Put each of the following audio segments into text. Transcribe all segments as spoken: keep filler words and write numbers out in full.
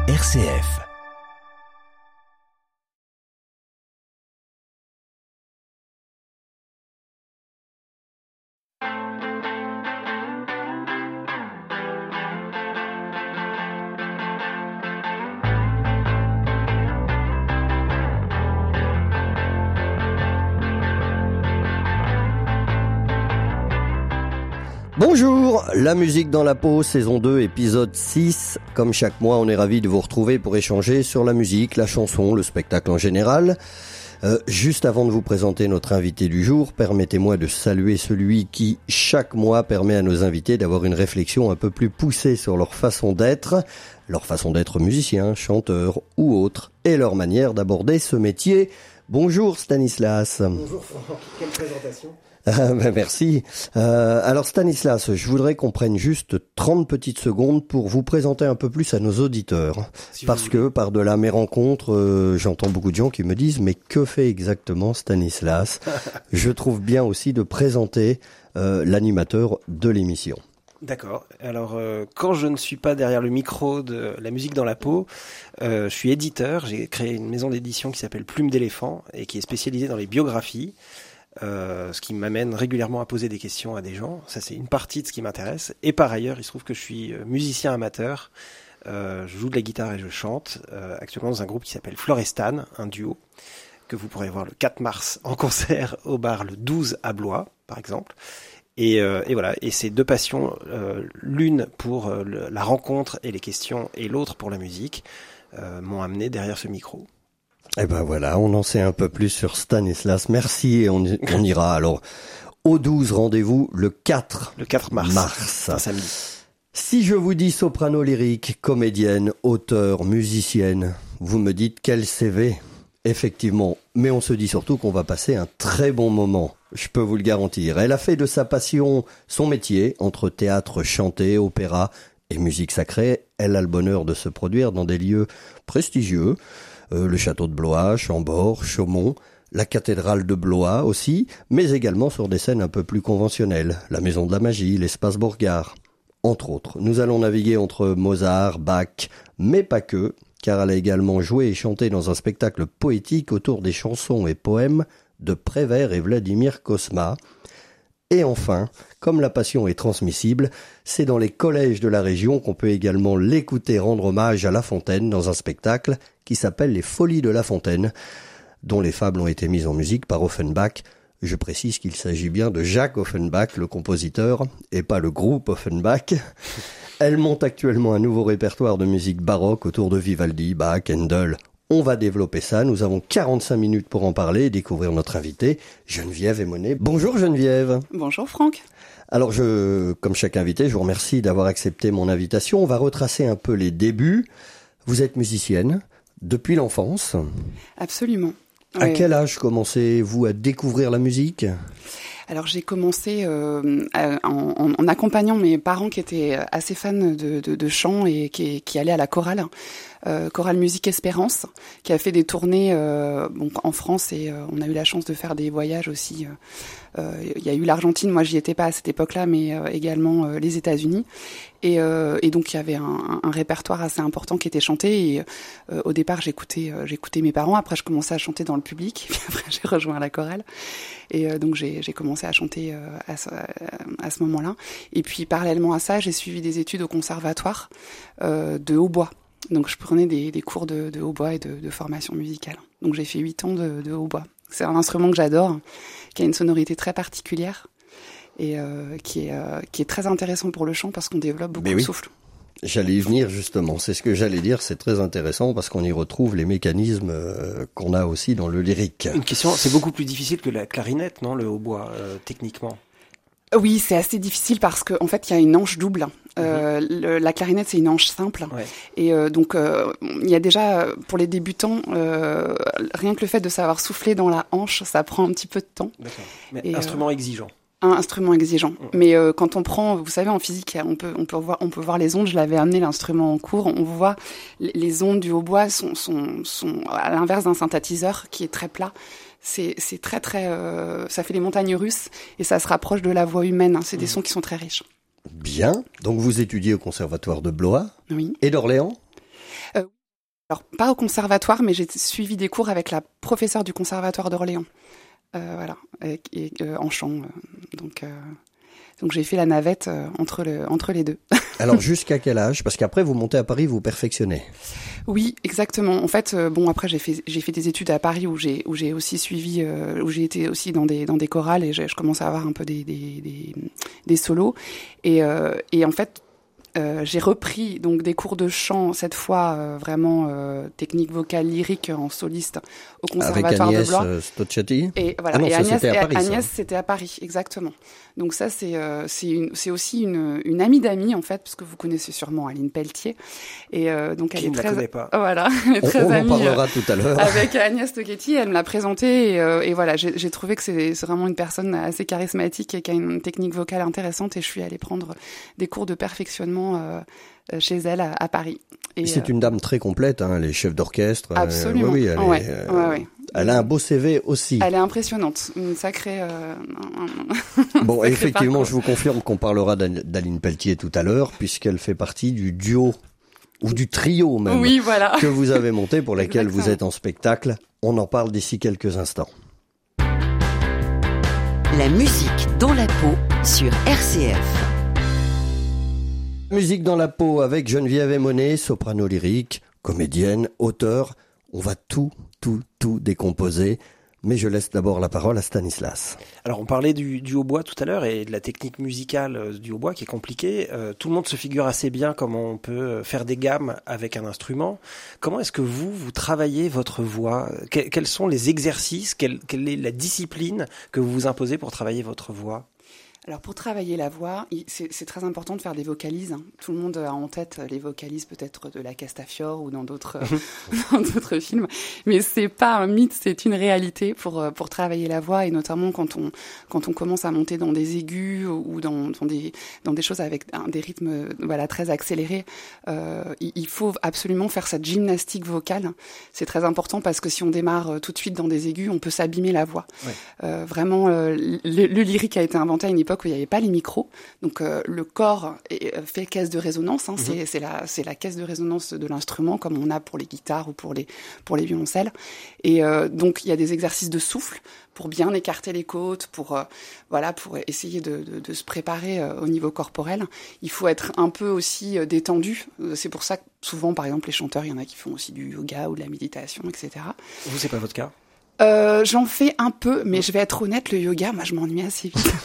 R C F. Bonjour, la musique dans la peau, saison deux, épisode six. Comme chaque mois, on est ravis de vous retrouver pour échanger sur la musique, la chanson, le spectacle en général. Euh, juste avant de vous présenter notre invité du jour, permettez-moi de saluer celui qui, chaque mois, permet à nos invités d'avoir une réflexion un peu plus poussée sur leur façon d'être, leur façon d'être musicien, chanteur ou autre, et leur manière d'aborder ce métier. Bonjour Stanislas. Bonjour Franck, quelle présentation. Euh, ben merci. Euh, alors Stanislas, je voudrais qu'on prenne juste trente petites secondes pour vous présenter un peu plus à nos auditeurs. Si Parce que par-delà mes rencontres, euh, j'entends beaucoup de gens qui me disent « Mais que fait exactement Stanislas ?» Je trouve bien aussi de présenter euh, l'animateur de l'émission. D'accord. Alors, euh, quand je ne suis pas derrière le micro de La musique dans la peau, euh, je suis éditeur. J'ai créé une maison d'édition qui s'appelle Plume d'éléphant et qui est spécialisée dans les biographies. Euh, ce qui m'amène régulièrement à poser des questions à des gens. Ça, c'est une partie de ce qui m'intéresse. Et par ailleurs, il se trouve que je suis musicien amateur. Euh, je joue de la guitare et je chante. Euh, actuellement dans un groupe qui s'appelle Florestan, un duo que vous pourrez voir le quatre mars en concert au bar le douze à Blois, par exemple. Et, euh, et voilà. Et ces deux passions, euh, l'une pour euh, le, la rencontre et les questions, et l'autre pour la musique, euh, m'ont amené derrière ce micro. Eh ben voilà, on en sait un peu plus sur Stanislas. Merci et on, on ira alors au douze, rendez-vous le quatre, le quatre mars, mars. un samedi. Si je vous dis soprano lyrique, comédienne, auteure, musicienne, vous me dites quel C V. Effectivement, mais on se dit surtout qu'on va passer un très bon moment, je peux vous le garantir. Elle a fait de sa passion son métier, entre théâtre chanté, opéra et musique sacrée. Elle a le bonheur de se produire dans des lieux prestigieux. Euh, le château de Blois, Chambord, Chaumont, la cathédrale de Blois aussi, mais également sur des scènes un peu plus conventionnelles, la Maison de la Magie, l'Espace Bourgard, entre autres. Nous allons naviguer entre Mozart, Bach, mais pas que, car elle a également joué et chanté dans un spectacle poétique autour des chansons et poèmes de Prévert et Vladimir Cosma. Et enfin, comme la passion est transmissible, c'est dans les collèges de la région qu'on peut également l'écouter rendre hommage à La Fontaine dans un spectacle qui s'appelle Les Folies de La Fontaine, dont les fables ont été mises en musique par Offenbach. Je précise qu'il s'agit bien de Jacques Offenbach, le compositeur, et pas le groupe Offenbach. Elle monte actuellement un nouveau répertoire de musique baroque autour de Vivaldi, Bach, Handel. On va développer ça, nous avons quarante-cinq minutes pour en parler et découvrir notre invité, Geneviève Emonet. Bonjour Geneviève. Bonjour Franck. Alors je, comme chaque invité, je vous remercie d'avoir accepté mon invitation. On va retracer un peu les débuts. Vous êtes musicienne depuis l'enfance. Absolument. À ouais. quel âge commencez-vous à découvrir la musique ? Alors j'ai commencé euh, en, en, en accompagnant mes parents qui étaient assez fans de, de, de chant et qui, qui allaient à la chorale. Euh, chorale Musique Espérance, qui a fait des tournées euh, bon, en France et euh, on a eu la chance de faire des voyages aussi. Il euh, euh, y a eu l'Argentine, moi j'y étais pas à cette époque-là, mais euh, également euh, les États-Unis. Et, euh, et donc il y avait un, un répertoire assez important qui était chanté. Et euh, au départ j'écoutais, euh, j'écoutais mes parents. Après je commençais à chanter dans le public. Puis après j'ai rejoint la chorale. Et euh, donc j'ai, j'ai commencé à chanter euh, à, ce, à ce moment-là. Et puis parallèlement à ça, j'ai suivi des études au conservatoire euh, de hautbois. Donc je prenais des, des cours de, de hautbois et de, de formation musicale. Donc j'ai fait huit ans de, de hautbois. C'est un instrument que j'adore, qui a une sonorité très particulière et euh, qui, est, euh, qui est très intéressant pour le chant parce qu'on développe beaucoup Mais de oui. souffle. J'allais y venir justement, c'est ce que j'allais dire, c'est très intéressant parce qu'on y retrouve les mécanismes euh, qu'on a aussi dans le lyrique. Une question, c'est beaucoup plus difficile que la clarinette, non, le hautbois, euh, techniquement ? Oui, c'est assez difficile parce qu'en en fait, il y a une hanche double. Euh, mmh. le, la clarinette, c'est une hanche simple. Ouais. Et euh, donc, euh, il y a déjà, pour les débutants, euh, rien que le fait de savoir souffler dans la hanche, ça prend un petit peu de temps. D'accord. Mais et, instrument euh, exigeant. Un instrument exigeant. Mmh. Mais euh, quand on prend, vous savez, en physique, on peut, on peut voir, on peut voir les ondes. Je l'avais amené l'instrument en cours. On voit les, les ondes du hautbois sont, sont, sont à l'inverse d'un synthétiseur qui est très plat. C'est, c'est très, très, euh, ça fait des montagnes russes et ça se rapproche de la voix humaine. Hein. C'est mmh. des sons qui sont très riches. Bien. Donc vous étudiez au conservatoire de Blois. Oui. Et d'Orléans ? Euh, alors, pas au conservatoire, mais j'ai suivi des cours avec la professeure du conservatoire d'Orléans. Euh, voilà, et, et, euh, en chant. Euh, donc, euh, donc j'ai fait la navette euh, entre, le, entre les deux. Alors jusqu'à quel âge? Parce qu'après vous montez à Paris, vous perfectionnez. Oui, exactement. En fait, euh, bon après j'ai fait j'ai fait des études à Paris où j'ai où j'ai aussi suivi euh, où j'ai été aussi dans des dans des chorales et je, je commençais à avoir un peu des des des, des solos et euh, et en fait Euh, j'ai repris donc des cours de chant cette fois euh, vraiment euh, technique vocale lyrique en soliste au conservatoire Avec Agnès de Blois. Euh, Stocciati. Et voilà. Ah non, et ça, Agnès, c'était à Paris, et ça. Agnès c'était à Paris, exactement. Donc ça c'est euh, c'est une, c'est aussi une une amie d'amis en fait parce que vous connaissez sûrement Aline Pelletier et euh, donc elle Qui est ne très la connaît pas. voilà, elle est On, très on en amie. parlera euh, tout à l'heure. Avec Agnès Stocchetti, elle me l'a présentée et, euh, et voilà, j'ai, j'ai trouvé que c'est, c'est vraiment une personne assez charismatique et qui a une technique vocale intéressante et je suis allée prendre des cours de perfectionnement euh, chez elle à, à Paris. Et, c'est euh, une dame très complète, hein, elle est chef d'orchestre. Absolument. Euh, oui, oui, elle, ouais, est, euh, ouais, ouais. elle a un beau C V aussi. Elle est impressionnante, une sacrée. Euh, Bon, sacré effectivement, parcours. je vous confirme qu'on parlera d'Al- d'Aline Pelletier tout à l'heure, puisqu'elle fait partie du duo ou du trio même Oui, voilà. que vous avez monté, pour lesquels vous Exactement. êtes en spectacle. On en parle d'ici quelques instants. La musique dans la peau sur R C F. Musique dans la peau avec Geneviève Aymonet, soprano lyrique, comédienne, auteur. On va tout, tout, tout décomposer. Mais je laisse d'abord la parole à Stanislas. Alors on parlait du, du hautbois tout à l'heure et de la technique musicale euh, du hautbois qui est compliquée. Euh, tout le monde se figure assez bien comment on peut faire des gammes avec un instrument. Comment est-ce que vous, vous travaillez votre voix? Que- Quels sont les exercices? Quelle, quelle est la discipline que vous vous imposez pour travailler votre voix? Alors pour travailler la voix, il- c'est, c'est très important de faire des vocalises. hein. Tout le monde a en tête les vocalises peut-être de la Castafiore ou dans d'autres dans d'autres films, mais c'est pas un mythe, c'est une réalité pour pour travailler la voix et notamment quand on quand on commence à monter dans des aigus ou dans dans des dans des choses avec un, des rythmes voilà très accélérés. Euh, il, il faut absolument faire cette gymnastique vocale. C'est très important parce que si on démarre tout de suite dans des aigus, on peut s'abîmer la voix. Ouais. Euh, vraiment, euh, le, le lyrique a été inventé à une époque où il n'y avait pas les micros, donc euh, le corps est, fait caisse de résonance. Hein, mm-hmm. c'est, c'est la c'est la caisse de résonance de l'instrument, comme on a pour les guitares ou pour les pour les violoncelles. Et euh, donc il y a des exercices de souffle pour bien écarter les côtes, pour euh, voilà, pour essayer de, de, de se préparer euh, au niveau corporel. Il faut être un peu aussi euh, détendu. C'est pour ça que souvent, par exemple, les chanteurs, il y en a qui font aussi du yoga ou de la méditation, et cetera. Vous, c'est pas votre cas? Euh, j'en fais un peu, mais je vais être honnête, le yoga, moi, je m'ennuie assez vite.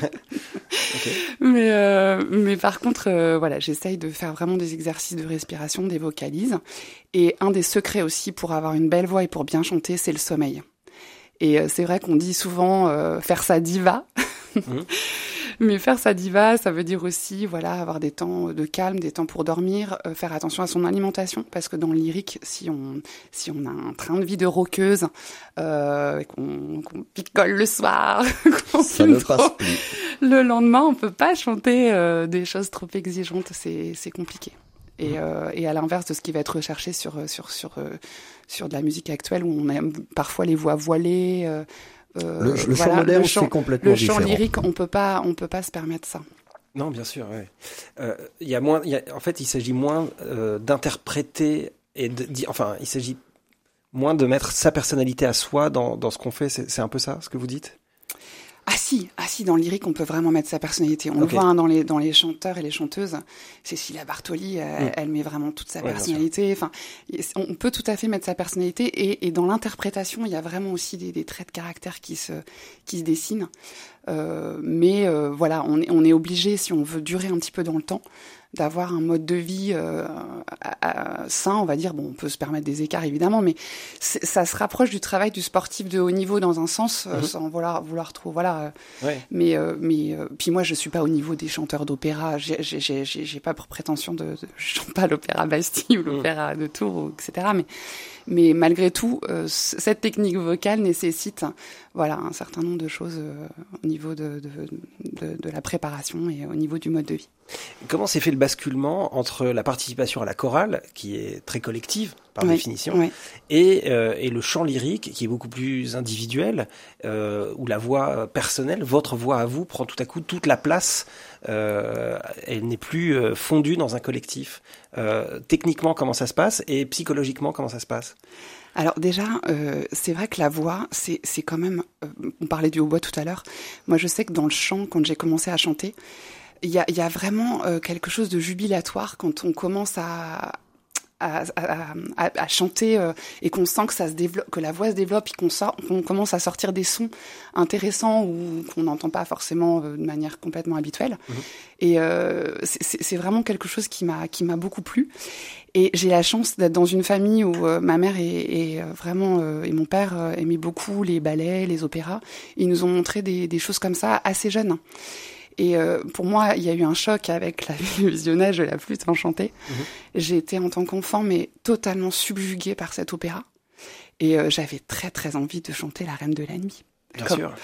Okay. Mais, euh, mais par contre, euh, voilà, j'essaye de faire vraiment des exercices de respiration, des vocalises. Et un des secrets aussi pour avoir une belle voix et pour bien chanter, c'est le sommeil. Et euh, c'est vrai qu'on dit souvent euh, faire sa diva. Mmh. Mais faire sa diva, ça veut dire aussi, voilà, avoir des temps de calme, des temps pour dormir, euh, faire attention à son alimentation, parce que dans le lyrique, si on si on a un train de vie de rockeuse, euh, qu'on, qu'on picole le soir, qu'on ça ne trop, passe plus. Le lendemain, on peut pas chanter euh, des choses trop exigeantes, c'est c'est compliqué. Et, euh, et à l'inverse de ce qui va être recherché sur sur sur euh, sur de la musique actuelle, où on aime parfois les voix voilées. Euh, Euh, le, le voilà, chant moderne, le chant, c'est complètement le chant différent. lyrique, on peut pas, on peut pas se permettre ça. Non, bien sûr. Ouais. Euh, il y a moins. Il y a, en fait, il s'agit moins euh, d'interpréter et de, enfin, il s'agit moins de mettre sa personnalité à soi dans dans ce qu'on fait. C'est, c'est un peu ça, ce que vous dites? Ah si, ah si, dans le lyrique, on peut vraiment mettre sa personnalité. On okay. le voit hein, dans les dans les chanteurs et les chanteuses. Cécilia Bartoli, elle, mm. elle met vraiment toute sa ouais, personnalité. Enfin, on peut tout à fait mettre sa personnalité et, et dans l'interprétation, il y a vraiment aussi des, des traits de caractère qui se qui se dessinent. Euh, mais euh, voilà, on est on est obligé, si on veut durer un petit peu dans le temps, d'avoir un mode de vie euh, à, à, sain, on va dire. Bon, on peut se permettre des écarts évidemment, mais ça se rapproche du travail du sportif de haut niveau dans un sens, mm-hmm. euh, sans vouloir vouloir trop, voilà. Ouais. Mais euh, mais euh, puis moi, je suis pas au niveau des chanteurs d'opéra. J'ai j'ai j'ai, j'ai pas pour prétention de, de je chante pas l'opéra Bastille ou l'opéra mm. de Tours, ou et cetera. Mais mais malgré tout, euh, cette technique vocale nécessite, voilà, un certain nombre de choses euh, au niveau de de, de de la préparation et au niveau du mode de vie. Comment s'est fait le basculement entre la participation à la chorale, qui est très collective par oui, définition, oui. Et, euh, et le chant lyrique, qui est beaucoup plus individuel, euh, où la voix personnelle, votre voix à vous, prend tout à coup toute la place. Euh, elle n'est plus euh, fondue dans un collectif. Euh, techniquement, comment ça se passe, et psychologiquement, comment ça se passe? Alors déjà, euh, c'est vrai que la voix, c'est, c'est quand même... Euh, on parlait du hautbois tout à l'heure. Moi, je sais que dans le chant, quand j'ai commencé à chanter, il y a, y a vraiment euh, quelque chose de jubilatoire quand on commence à... À, à, à, à chanter euh, et qu'on sent que ça se développe, que la voix se développe et qu'on, sort, qu'on commence à sortir des sons intéressants ou qu'on n'entend pas forcément euh, de manière complètement habituelle. Mmh. Et euh, c'est, c'est vraiment quelque chose qui m'a, qui m'a beaucoup plu. Et j'ai la chance d'être dans une famille où euh, ma mère est, est vraiment euh, et mon père euh, aimaient beaucoup les ballets, les opéras. Ils nous ont montré des, des choses comme ça assez jeunes. Et euh, pour moi, il y a eu un choc avec la, le visionnage de la flûte enchantée. Mmh. J'ai été en tant qu'enfant, mais totalement subjuguée par cet opéra. Et euh, j'avais très très envie de chanter La Reine de la Nuit. Bien Comme... sûr.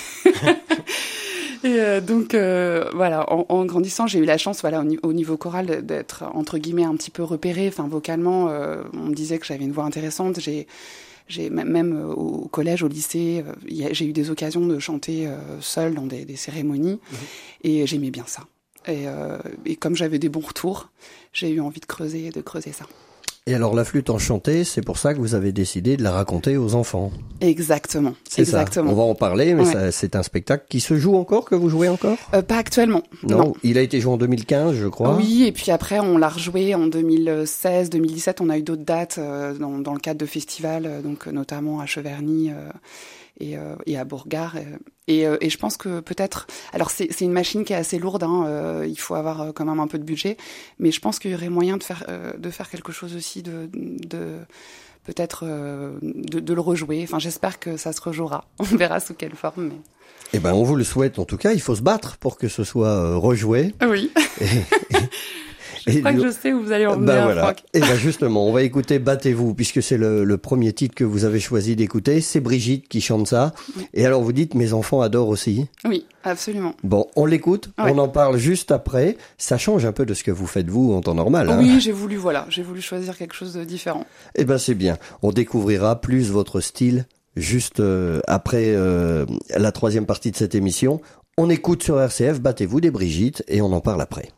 Et euh, donc euh, voilà, en, en grandissant, j'ai eu la chance, voilà, au, au niveau choral, d'être entre guillemets un petit peu repérée. Enfin, vocalement, euh, on me disait que j'avais une voix intéressante. J'ai J'ai même au collège, au lycée, j'ai eu des occasions de chanter seule dans des, des cérémonies, mmh. et j'aimais bien ça. Et, euh, et comme j'avais des bons retours, j'ai eu envie de creuser, de creuser ça. Et alors la flûte enchantée, c'est pour ça que vous avez décidé de la raconter aux enfants. Exactement. C'est exactement. ça. On va en parler, mais ouais. ça, c'est un spectacle qui se joue encore, que vous jouez encore ? euh, Pas actuellement. Non, non, il a été joué en deux mille quinze, je crois. Oui, et puis après on l'a rejoué en deux mille seize, deux mille dix-sept. On a eu d'autres dates euh, dans, dans le cadre de festivals, euh, donc notamment à Cheverny euh, et, euh, et à Bourgard. Euh, et, euh, et je pense que peut-être, alors c'est, c'est une machine qui est assez lourde, hein, euh, il faut avoir euh, quand même un peu de budget, mais je pense qu'il y aurait moyen de faire euh, de faire quelque chose aussi de, de peut-être euh, de, de le rejouer. Enfin, j'espère que ça se rejouera. On verra sous quelle forme. Mais... Eh ben, on vous le souhaite. En tout cas, il faut se battre pour que ce soit euh, rejoué. Oui. Et, et, je crois et, que je sais où vous allez en venir, ben voilà. Franck. Et ben justement, on va écouter Battez-vous, puisque c'est le, le premier titre que vous avez choisi d'écouter. C'est Brigitte qui chante ça. Oui. Et alors, vous dites, mes enfants adorent aussi. Oui, absolument. Bon, on l'écoute. Ouais. On en parle juste après. Ça change un peu de ce que vous faites vous en temps normal. Hein. Oui, j'ai voulu, voilà, j'ai voulu choisir quelque chose de différent. Eh ben, c'est bien. On découvrira plus votre style juste euh, après euh, la troisième partie de cette émission. On écoute sur R C F Battez-vous des Brigitte et on en parle après.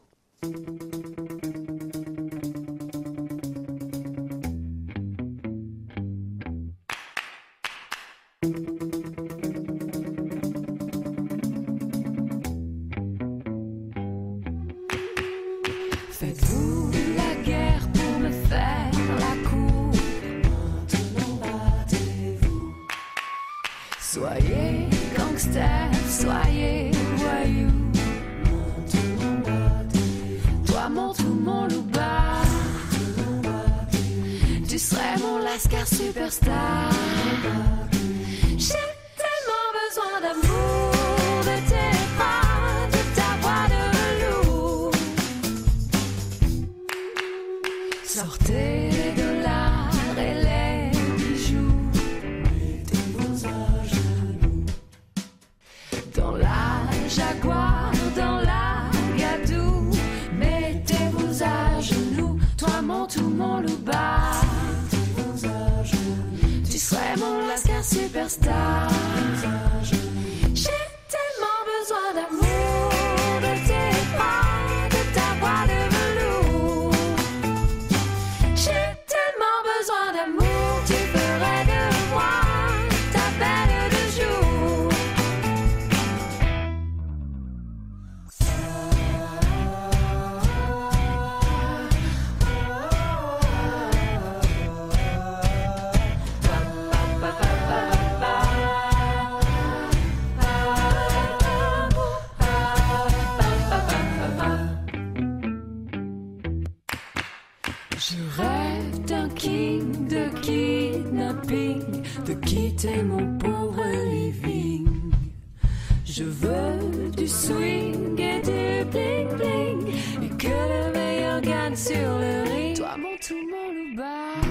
Faites-vous la guerre pour me faire la cour? Maintenant battez-vous. Soyez gangster, soyez voyou. Maintenant battez-vous. Toi mon tout, mon loup-bas. Tu serais mon lascar superstar. J'ai tellement besoin d'amour, de tes bras, de ta voix de velours. Sortez les dollars et les bijoux. Mettez-vous à genoux. Dans la Jaguar, dans la Gadou. Mettez-vous à genoux. Toi mon tout, mon loup-bas. Mettez-vous à genoux. Tu serais mon lascar superstar. J'ai tellement besoin d'amour, de tes bras, de ta voix de velours. J'ai tellement besoin d'amour, tu ferais de moi ta belle de jour. Je rêve d'un king, de kidnapping, de quitter mon pauvre living. Je veux du swing et du bling bling, et que le meilleur gagne sur le ring. Toi mon tout, mon loup-bas,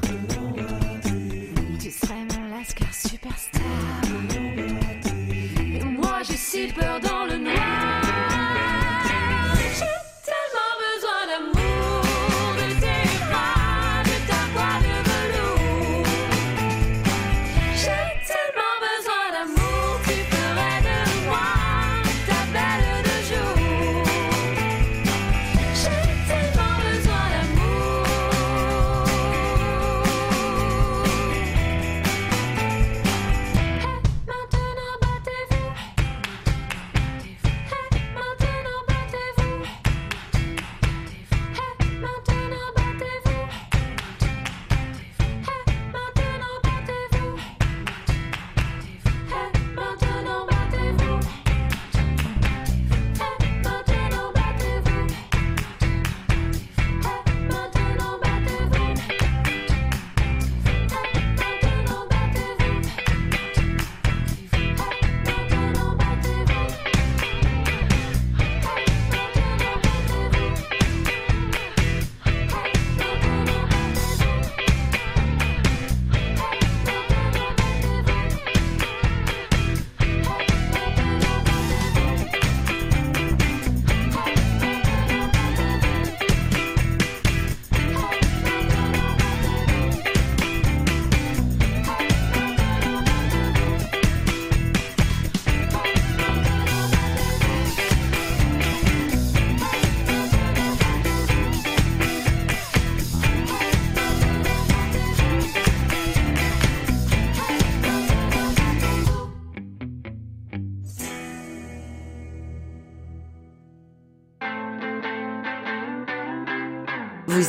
tu serais mon lascar superstar. Et moi j'ai si peur dans le noir. J'ai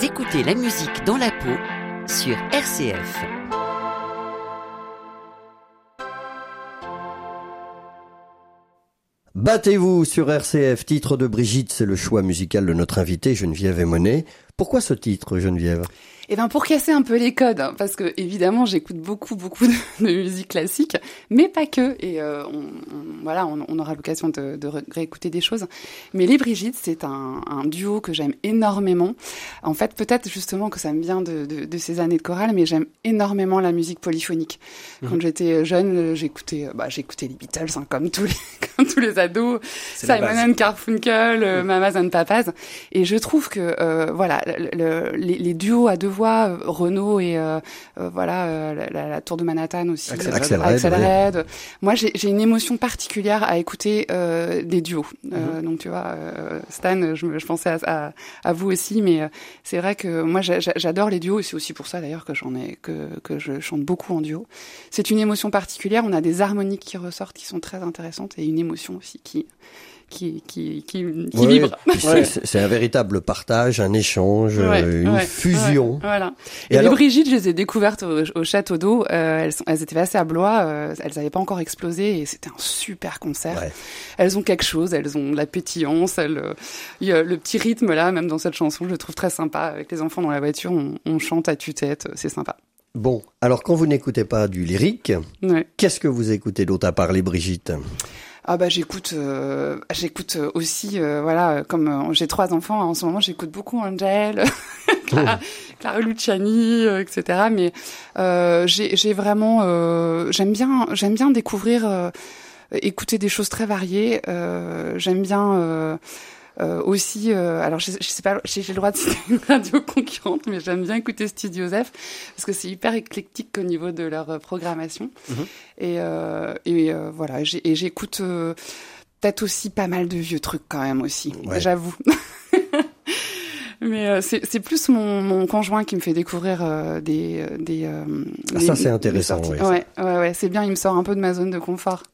Vous écoutez la musique dans la peau sur R C F. Battez-vous sur R C F, titre de Brigitte, c'est le choix musical de notre invitée Geneviève Aymonnet. Pourquoi ce titre, Geneviève ? Eh ben pour casser un peu les codes, hein, parce que évidemment j'écoute beaucoup beaucoup de, de musique classique, mais pas que. Et euh, on, on, voilà, on, on aura l'occasion de, de réécouter des choses. Mais les Brigitte, c'est un, un duo que j'aime énormément. En fait, peut-être justement que ça me vient de, de, de ces années de chorale, mais j'aime énormément la musique polyphonique. Mmh. Quand j'étais jeune, j'écoutais, bah j'écoutais les Beatles, hein, comme tous les comme tous les ados, c'est Simon and Garfunkel, mmh. Mamas and Papas. Et je trouve que euh, voilà, le, le, les, les duos à deux voix, Renaud et euh, euh, voilà euh, la, la Tour de Manhattan aussi, Axel Red. Axel Red. Ouais. Moi, j'ai, j'ai une émotion particulière à écouter euh, des duos. Euh, mm-hmm. Donc tu vois, euh, Stan, je, je pensais à, à, à vous aussi, mais euh, c'est vrai que moi j'a, j'adore les duos et c'est aussi pour ça d'ailleurs que j'en ai que que je chante beaucoup en duo. C'est une émotion particulière. On a des harmoniques qui ressortent qui sont très intéressantes et une émotion aussi qui qui qui qui, qui ouais, vibre. C'est, c'est, c'est un véritable partage, un échange, ouais, une ouais, fusion. Ouais, voilà. Et, et alors... les Brigitte, je les ai découvertes au, au Château d'Eau. Euh, elles, sont, elles étaient passées à Blois. Euh, elles n'avaient pas encore explosé et c'était un super concert. Ouais. Elles ont quelque chose. Elles ont de la pétillance. Elles, euh, y a le petit rythme là, même dans cette chanson, je le trouve très sympa. Avec les enfants dans la voiture, on, on chante à tue-tête. C'est sympa. Bon, alors quand vous n'écoutez pas du lyrique, ouais. qu'est-ce que vous écoutez d'autre à part les Brigitte ? Ah bah j'écoute euh, j'écoute aussi euh, voilà comme euh, j'ai trois enfants en ce moment j'écoute beaucoup Angel, Clara, Clara Luciani euh, et cetera mais euh, j'ai j'ai vraiment euh, j'aime bien j'aime bien découvrir euh, écouter des choses très variées euh, j'aime bien euh, Euh, aussi, euh, alors je, je sais pas, j'ai, j'ai le droit de citer une radio concurrente, mais j'aime bien écouter Studio Zef parce que c'est hyper éclectique au niveau de leur euh, programmation. Mmh. Et, euh, et euh, voilà, j'ai, et j'écoute euh, peut-être aussi pas mal de vieux trucs quand même aussi, ouais. J'avoue. Mais euh, c'est, c'est plus mon, mon conjoint qui me fait découvrir euh, des des. Euh, ah, des ça c'est intéressant. Oui, ouais, ouais, ouais, c'est bien. Il me sort un peu de ma zone de confort.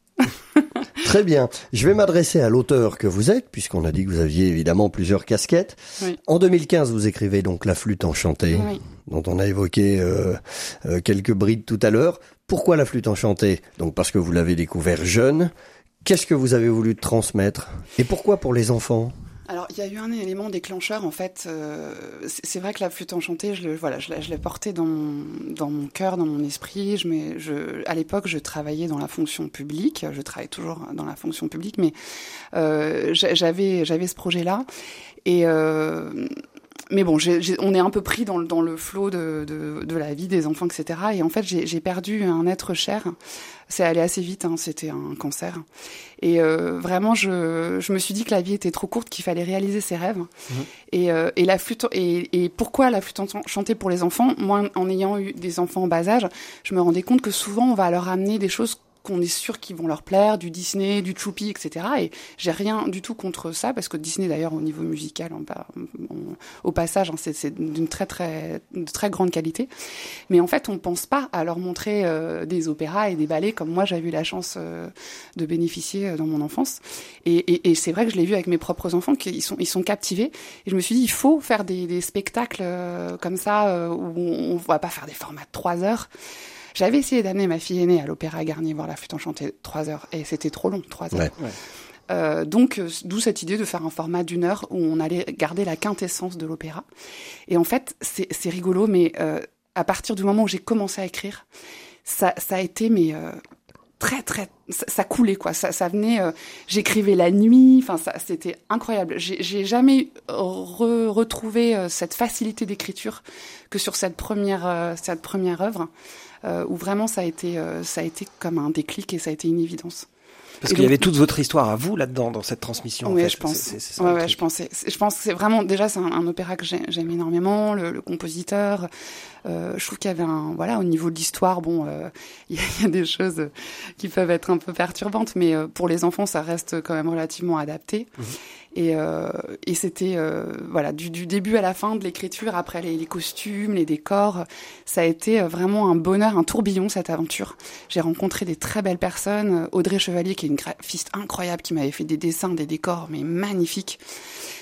Très bien. Je vais m'adresser à l'auteur que vous êtes, puisqu'on a dit que vous aviez évidemment plusieurs casquettes. Oui. En deux mille quinze, vous écrivez donc La Flûte enchantée, oui. dont on a évoqué euh, euh, quelques brides tout à l'heure. Pourquoi La Flûte enchantée ? Donc parce que vous l'avez découvert jeune. Qu'est-ce que vous avez voulu transmettre ? Et pourquoi pour les enfants ? Alors, il y a eu un élément déclencheur, en fait. Euh, c'est, c'est vrai que la flûte enchantée, je le, voilà, je, je l'ai portée dans mon, dans mon cœur, dans mon esprit. Je, mais je, à l'époque, je travaillais dans la fonction publique. Je travaille toujours dans la fonction publique, mais euh, j'avais, j'avais ce projet-là. Et euh, mais bon, j'ai, j'ai, on est un peu pris dans le, dans le flot de, de, de la vie des enfants, et cetera. Et en fait, j'ai, j'ai perdu un être cher. C'est allé assez vite, hein, c'était un cancer. Et euh, vraiment, je, je me suis dit que la vie était trop courte, qu'il fallait réaliser ses rêves. Mmh. Et, euh, et la flûte, et, et pourquoi la flûte enchantée pour les enfants ? Moi, en ayant eu des enfants en bas âge, je me rendais compte que souvent, on va leur amener des choses qu'on est sûr qu'ils vont leur plaire, du Disney, du Choupi, et cetera. Et j'ai rien du tout contre ça, parce que Disney, d'ailleurs, au niveau musical, on, on, au passage, hein, c'est, c'est d'une très, très, de très grande qualité. Mais en fait, on pense pas à leur montrer euh, des opéras et des ballets, comme moi, j'avais eu la chance euh, de bénéficier dans mon enfance. Et, et, et c'est vrai que je l'ai vu avec mes propres enfants, qu'ils sont, ils sont captivés. Et je me suis dit, il faut faire des, des spectacles euh, comme ça, euh, où on, on va pas faire des formats de trois heures. J'avais essayé d'amener ma fille aînée à l'Opéra Garnier voir la flûte enchantée trois heures et c'était trop long, trois heures. Ouais. Ouais. Euh, donc, euh, d'où cette idée de faire un format d'une heure où on allait garder la quintessence de l'opéra. Et en fait, c'est, c'est rigolo, mais euh, à partir du moment où j'ai commencé à écrire, ça, ça a été mais euh, très très, ça, ça coulait quoi. Ça, ça venait. Euh, j'écrivais la nuit. Enfin, ça, c'était incroyable. J'ai, j'ai jamais re, retrouvé euh, cette facilité d'écriture que sur cette première, euh, cette première œuvre. Euh, où vraiment ça a été euh, ça a été comme un déclic et ça a été une évidence. Parce et qu'il donc, y avait toute votre histoire à vous là-dedans dans cette transmission. Oui, en fait. je pense. C'est, c'est, c'est ouais, ouais, je pensais. Je pense que c'est vraiment déjà c'est un, un opéra que j'ai, j'aime énormément. Le, le compositeur, euh, je trouve qu'il y avait un voilà au niveau de l'histoire, bon, euh, il y, y a des choses qui peuvent être un peu perturbantes, mais euh, pour les enfants ça reste quand même relativement adapté. Mmh. Et, euh, et c'était euh, voilà du, du début à la fin de l'écriture, après les, les costumes, les décors, ça a été vraiment un bonheur, un tourbillon cette aventure. J'ai rencontré des très belles personnes, Audrey Chevalier qui est une graphiste incroyable qui m'avait fait des dessins, des décors mais magnifiques.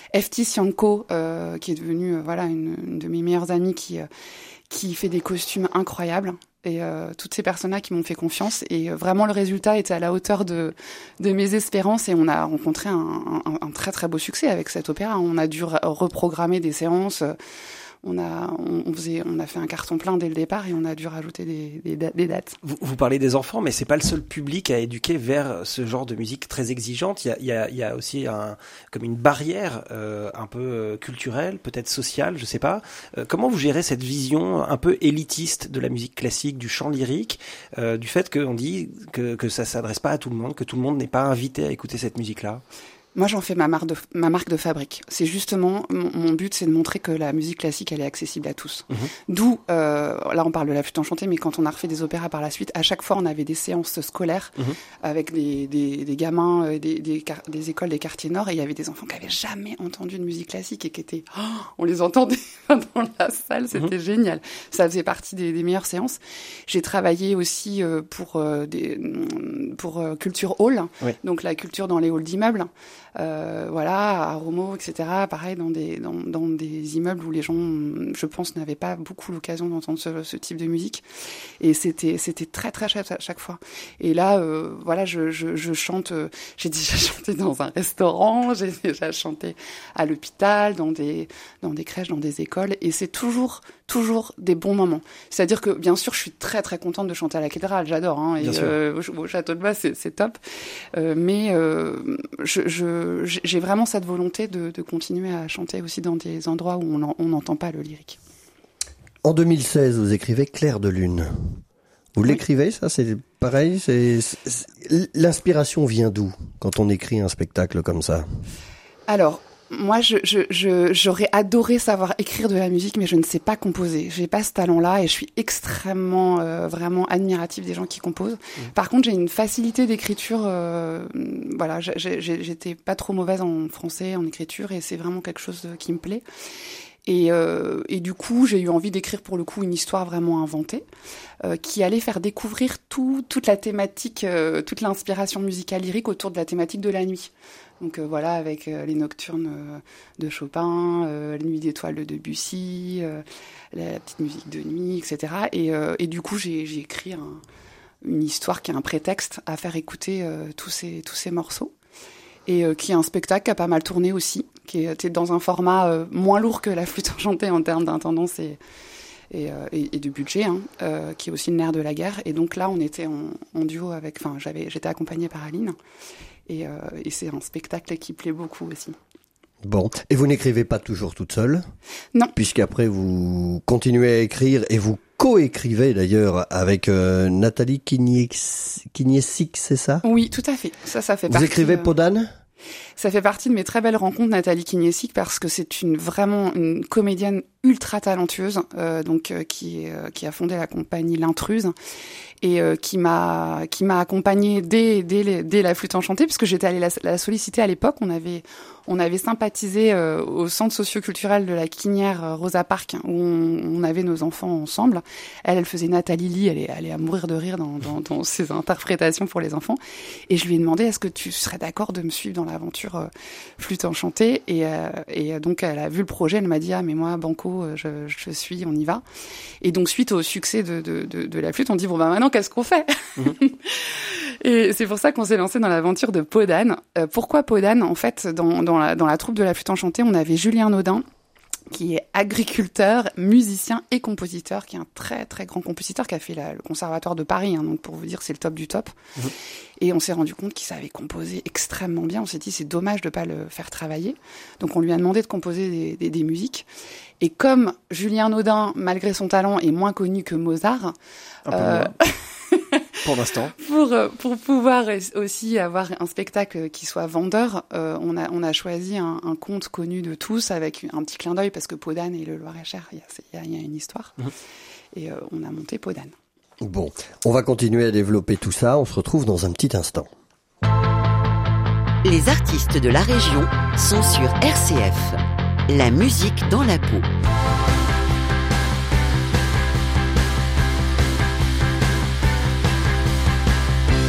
Efti Sianko, euh, qui est devenue euh, voilà une, une de mes meilleures amies, qui euh, qui fait des costumes incroyables. Et euh, toutes ces personnes-là qui m'ont fait confiance. Et euh, vraiment, le résultat était à la hauteur de, de mes espérances. Et on a rencontré un, un, un très, très beau succès avec cet opéra. On a dû re- reprogrammer des séances. On a, on, faisait, on a fait un carton plein dès le départ et on a dû rajouter des, des, des dates. Vous, vous parlez des enfants, mais c'est pas le seul public à éduquer vers ce genre de musique très exigeante. Il y a, il y a, il y a aussi un, comme une barrière euh, un peu culturelle, peut-être sociale, je sais pas. Euh, comment vous gérez cette vision un peu élitiste de la musique classique, du chant lyrique, euh, du fait qu'on dit que, que ça s'adresse pas à tout le monde, que tout le monde n'est pas invité à écouter cette musique-là? Moi, j'en fais ma marque de, ma marque de fabrique. C'est justement, mon, mon but, c'est de montrer que la musique classique, elle est accessible à tous. Mmh. D'où, euh, là, on parle de la flûte enchantée, mais quand on a refait des opéras par la suite, à chaque fois, on avait des séances scolaires mmh. avec des, des, des gamins euh, des, des, des écoles des quartiers nord, et il y avait des enfants qui avaient jamais entendu de musique classique et qui étaient, oh, on les entendait dans la salle, c'était mmh. génial. Ça faisait partie des, des meilleures séances. J'ai travaillé aussi euh, pour, euh, des, pour euh, Culture Hall, oui. donc la culture dans les halls d'immeubles. Euh, voilà, à Romo, et cetera. Pareil, dans des, dans, dans des immeubles où les gens, je pense, n'avaient pas beaucoup l'occasion d'entendre ce, ce type de musique. Et c'était, c'était très, très chouette à chaque fois. Et là, euh, voilà, je, je, je chante, euh, j'ai déjà chanté dans un restaurant, j'ai déjà chanté à l'hôpital, dans des, dans des crèches, dans des écoles. Et c'est toujours, toujours des bons moments. C'est-à-dire que, bien sûr, je suis très, très contente de chanter à la cathédrale. J'adore, hein. Et, euh, au, au Château de Bas, c'est, c'est top. Euh, mais, euh, je, je, j'ai vraiment cette volonté de, de continuer à chanter aussi dans des endroits où on n'entend pas le lyrique. En deux mille seize, vous écrivez Clair de lune. Vous oui. l'écrivez, ça, c'est pareil, c'est, c'est... L'inspiration vient d'où quand on écrit un spectacle comme ça? Alors, moi, je, je, je, j'aurais adoré savoir écrire de la musique, mais je ne sais pas composer. J'ai pas ce talent-là et je suis extrêmement, euh, vraiment admirative des gens qui composent. Mmh. Par contre, j'ai une facilité d'écriture. Euh, voilà, j'ai, j'ai, j'étais pas trop mauvaise en français, en écriture, et c'est vraiment quelque chose qui me plaît. Et, euh, et du coup, j'ai eu envie d'écrire pour le coup une histoire vraiment inventée, euh, qui allait faire découvrir tout, toute la thématique, euh, toute l'inspiration musicale lyrique autour de la thématique de la nuit. Donc euh, voilà, avec euh, les nocturnes euh, de Chopin, euh, les nuits d'étoiles de Debussy, euh, la, la petite musique de nuit, et cetera. Et, euh, et du coup, j'ai, j'ai écrit un, une histoire qui est un prétexte à faire écouter euh, tous ces, tous ces morceaux. Et euh, qui est un spectacle qui a pas mal tourné aussi, qui était dans un format euh, moins lourd que la flûte enchantée en termes d'intendance et, et, euh, et, et de budget, hein, euh, qui est aussi le nerf de la guerre. Et donc là, on était en, en duo avec, enfin, j'avais, j'étais accompagnée par Aline. Et, euh, et c'est un spectacle qui plaît beaucoup aussi. Bon, et vous n'écrivez pas toujours toute seule? Non. Puisqu'après, vous continuez à écrire et vous co-écrivez d'ailleurs avec euh, Nathalie Kiniesic, c'est ça? Oui, tout à fait. Ça, ça fait vous partie... Vous écrivez euh... Podane? Ça fait partie de mes très belles rencontres, Nathalie Kiniesic, parce que c'est une vraiment une comédienne ultra talentueuse, euh, donc euh, qui euh, qui a fondé la compagnie L'Intruse et euh, qui m'a qui m'a accompagnée dès dès les, dès la flûte enchantée, puisque j'étais allée la, la solliciter à l'époque. On avait on avait sympathisé euh, au centre socio-culturel de la Quinière euh, Rosa Parks, où on, on avait nos enfants ensemble. Elle, elle faisait Nathalie Lee, elle est elle est à mourir de rire dans dans, dans ses interprétations pour les enfants. Et je lui ai demandé, est-ce que tu serais d'accord de me suivre dans l'aventure euh, flûte enchantée? Et euh, et donc elle a vu le projet, elle m'a dit ah mais moi banco, je, je suis, on y va. Et donc suite au succès de de de, de la flûte, on dit bon bah maintenant qu'est-ce qu'on fait? Mm-hmm. Et c'est pour ça qu'on s'est lancé dans l'aventure de Podane. Euh, pourquoi Podane? En fait, dans dans la dans la troupe de la flûte enchantée, on avait Julien Naudin, qui est agriculteur, musicien et compositeur, qui est un très très grand compositeur, qui a fait la, le conservatoire de Paris, hein, donc pour vous dire c'est le top du top. Mmh. Et on s'est rendu compte qu'il savait composer extrêmement bien. On s'est dit c'est dommage de pas le faire travailler. Donc on lui a demandé de composer des, des, des musiques. Et comme Julien Naudin, malgré son talent, est moins connu que Mozart, un peu euh... pour l'instant. Pour pour pouvoir aussi avoir un spectacle qui soit vendeur, euh, on a on a choisi un, un conte connu de tous avec un petit clin d'œil parce que Podane et le Loir-et-Cher, il y a, y a une histoire. Mmh. Et euh, on a monté Podane. Bon, on va continuer à développer tout ça. On se retrouve dans un petit instant. Les artistes de la région sont sur R C F. La musique dans la peau.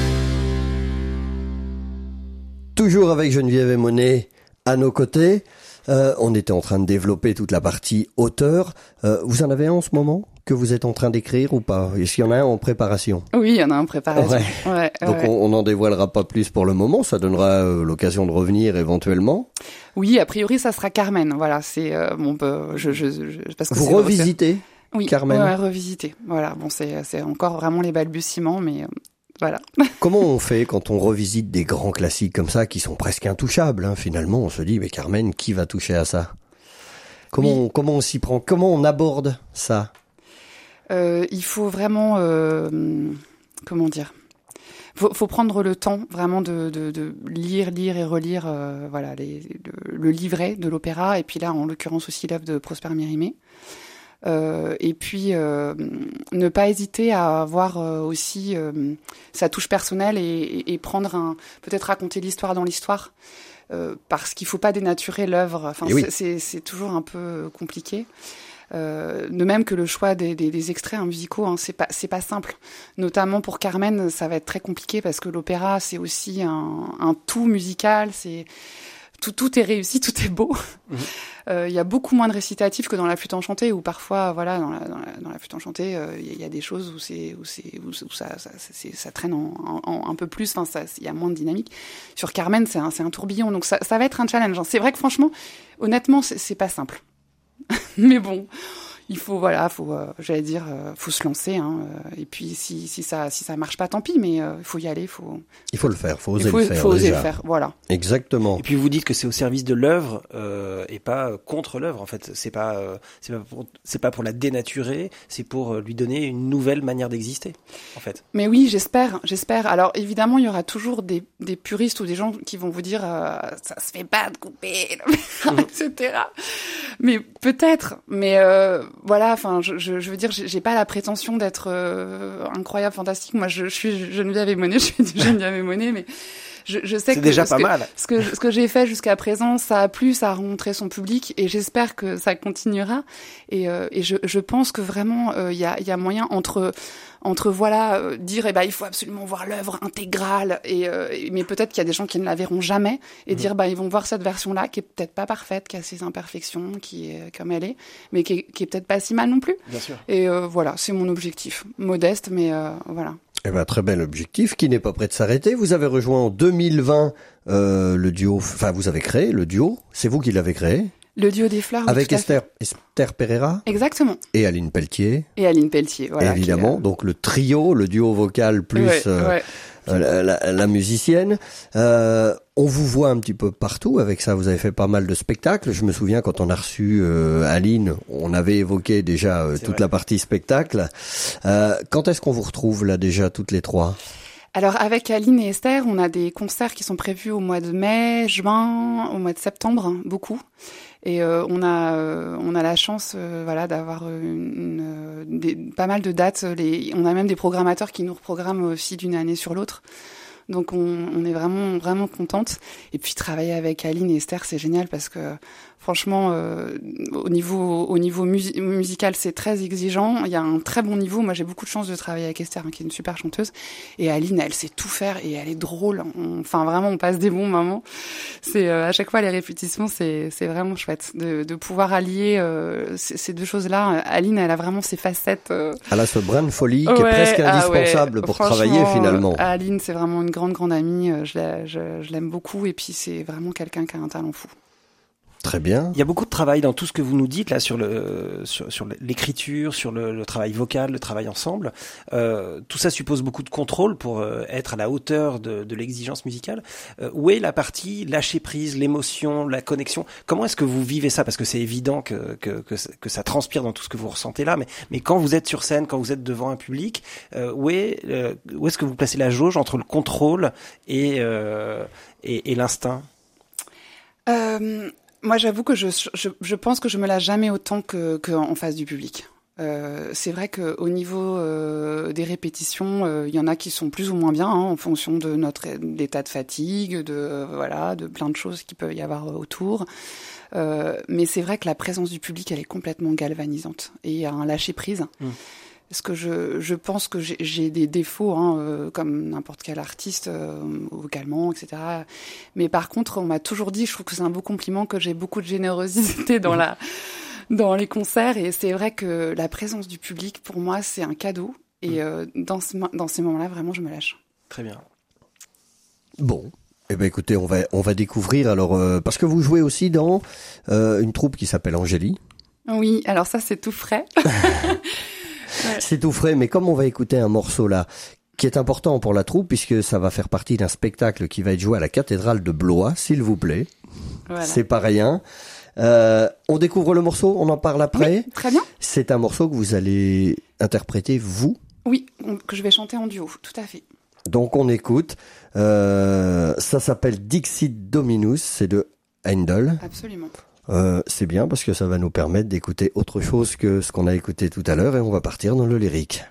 Toujours avec Geneviève Monet à nos côtés. Euh, on était en train de développer toute la partie auteur. Euh, vous en avez un en ce moment que vous êtes en train d'écrire ou pas? Est-ce qu'il y en a un en préparation? Oui, il y en a un en préparation. Ouais. Ouais, Donc ouais. on n'en dévoilera pas plus pour le moment. Ça donnera euh, l'occasion de revenir éventuellement. Oui, a priori, ça sera Carmen. Voilà, c'est euh, bon. Bah, je, je, je, parce que Vous c'est revisitez oui, Carmen. Ouais, revisiter. Voilà, bon, c'est c'est encore vraiment les balbutiements, mais euh, voilà. Comment on fait quand on revisite des grands classiques comme ça qui sont presque intouchables, hein, finalement, on se dit, mais Carmen, qui va toucher à ça? Comment, Oui. on, comment on s'y prend? Comment on aborde ça? Euh, il faut vraiment, euh, comment dire, faut, faut prendre le temps vraiment de, de, de lire, lire et relire, euh, voilà, les, le, le livret de l'opéra, et puis là, en l'occurrence aussi l'œuvre de Prosper Mérimée. Euh, et puis euh, ne pas hésiter à avoir euh, aussi euh, sa touche personnelle et, et, et prendre un, peut-être raconter l'histoire dans l'histoire, euh, parce qu'il faut pas dénaturer l'œuvre. Enfin, oui. c'est, c'est, c'est toujours un peu compliqué. Euh, de même que le choix des, des, des extraits hein, musicaux, hein, c'est pas c'est pas simple. Notamment pour Carmen, ça va être très compliqué parce que l'opéra c'est aussi un, un tout musical. C'est tout tout est réussi, tout est beau. Il mmh. euh, y a beaucoup moins de récitatifs que dans la flûte enchantée, où parfois voilà dans la dans la, dans la flûte enchantée, il euh, y, y a des choses où c'est où c'est où, où ça ça, c'est, ça traîne en, en, en un peu plus. Enfin ça il y a moins de dynamique. Sur Carmen c'est un c'est un tourbillon, donc ça ça va être un challenge. C'est vrai que franchement, honnêtement c'est, c'est pas simple. Mais bon, il faut voilà, faut euh, j'allais dire, euh, faut se lancer. Hein, euh, et puis si si ça si ça marche pas, tant pis. Mais il euh, faut y aller, faut. Il faut le faire, faut oser il faut, le faire. Faut oser déjà. le faire, voilà. Exactement. Et puis vous dites que c'est au service de l'œuvre euh, et pas contre l'œuvre. En fait, c'est pas euh, c'est pas pour c'est pas pour la dénaturer, c'est pour lui donner une nouvelle manière d'exister. En fait. Mais oui, j'espère, j'espère. Alors évidemment, il y aura toujours des des puristes ou des gens qui vont vous dire euh, ça se fait pas de couper, et cetera. Mais peut-être. Mais euh, voilà, enfin, je, je, je veux dire, j'ai, j'ai pas la prétention d'être euh, incroyable, fantastique. Moi, je, je suis Geneviève Emonet, je suis Geneviève Emonet, mais je, je sais c'est que déjà ce pas que, mal. Ce que ce que j'ai fait jusqu'à présent, ça a plu, ça a rencontré son public, et j'espère que ça continuera. Et, euh, et je, je pense que vraiment, il euh, y a, il y a moyen entre entre voilà euh, dire eh ben il faut absolument voir l'œuvre intégrale et euh, mais peut-être qu'il y a des gens qui ne la verront jamais et mmh. dire bah ils vont voir cette version là qui est peut-être pas parfaite, qui a ses imperfections, qui est comme elle est, mais qui est, qui est peut-être pas si mal non plus. Bien sûr. Et euh, voilà, c'est mon objectif, modeste mais euh, voilà. Eh ben, très bel objectif qui n'est pas prêt de s'arrêter. Vous avez rejoint en deux mille vingt euh, le duo, enfin vous avez créé le duo, c'est vous qui l'avez créé. Le duo des fleurs. Avec Esther, Esther Pereira. Exactement. Et Aline Pelletier. Et Aline Pelletier, voilà. Évidemment, qui, euh... donc le trio, le duo vocal plus ouais, euh, ouais. Euh, la, la, la musicienne. Euh, on vous voit un petit peu partout avec ça. Vous avez fait pas mal de spectacles. Je me souviens quand on a reçu euh, Aline, on avait évoqué déjà euh, toute vrai. la partie spectacle. Euh, quand est-ce qu'on vous retrouve là déjà toutes les trois ? Alors avec Aline et Esther, on a des concerts qui sont prévus au mois de mai, juin, au mois de septembre, hein, beaucoup. Et euh, on a euh, on a la chance euh, voilà d'avoir une, une, des, pas mal de dates. Les, on a même des programmateurs qui nous reprogramment aussi d'une année sur l'autre. Donc on, on est vraiment vraiment contente. Et puis travailler avec Aline et Esther, c'est génial parce que franchement, euh, au niveau au niveau musi- musical, c'est très exigeant. Il y a un très bon niveau. Moi, j'ai beaucoup de chance de travailler avec Esther, hein, qui est une super chanteuse. Et Aline, elle sait tout faire et elle est drôle. On, enfin, vraiment, on passe des bons moments. C'est euh, à chaque fois les répétitions, c'est c'est vraiment chouette de de pouvoir allier euh, ces, ces deux choses-là. Aline, elle a vraiment ses facettes. Euh... Elle a ce brin de folie qui ouais, est presque indispensable ah ouais. pour travailler finalement. Aline, c'est vraiment une grande grande amie. Je, la, je, je l'aime beaucoup et puis c'est vraiment quelqu'un qui a un talent fou. Très bien. Il y a beaucoup de travail dans tout ce que vous nous dites là sur le sur, sur l'écriture, sur le, le travail vocal, le travail ensemble. Euh, tout ça suppose beaucoup de contrôle pour euh, être à la hauteur de, de l'exigence musicale. Euh, où est la partie lâcher prise, l'émotion, la connexion ? Comment est-ce que vous vivez ça ? Parce que c'est évident que, que que que ça transpire dans tout ce que vous ressentez là. Mais mais quand vous êtes sur scène, quand vous êtes devant un public, euh, où est euh, où est-ce que vous placez la jauge entre le contrôle et euh, et, et l'instinct ? Euh... Moi, j'avoue que je, je, je pense que je me lâche jamais autant que, que en face du public. Euh, c'est vrai qu'au niveau euh, des répétitions, il euh, y en a qui sont plus ou moins bien, hein, en fonction de notre état de fatigue, de euh, voilà, de plein de choses qui peuvent y avoir autour. Euh, mais c'est vrai que la présence du public, elle est complètement galvanisante et il y a un lâcher prise. Mmh. Parce que je, je pense que j'ai, j'ai des défauts, hein, euh, comme n'importe quel artiste, euh, vocalement, et cetera. Mais par contre, on m'a toujours dit, je trouve que c'est un beau compliment, que j'ai beaucoup de générosité dans la, dans les concerts. Et c'est vrai que la présence du public, pour moi, c'est un cadeau. Et euh, dans, ce, dans ces moments-là, vraiment, je me lâche. Très bien. Bon. Eh ben écoutez, on va on va découvrir alors euh, parce que vous jouez aussi dans euh, une troupe qui s'appelle Angélie. Oui, alors ça c'est tout frais. Ouais. C'est tout frais, mais comme on va écouter un morceau là, qui est important pour la troupe, puisque ça va faire partie d'un spectacle qui va être joué à la cathédrale de Blois, s'il vous plaît. Voilà. C'est pas rien. Euh, on découvre le morceau, on en parle après. Oui, très bien. C'est un morceau que vous allez interpréter, vous ? Oui, on, que je vais chanter en duo, tout à fait. Donc on écoute. Euh, ça s'appelle Dixit Dominus, c'est de Handel. Absolument. Euh, c'est bien parce que ça va nous permettre d'écouter autre chose que ce qu'on a écouté tout à l'heure et on va partir dans le lyrique.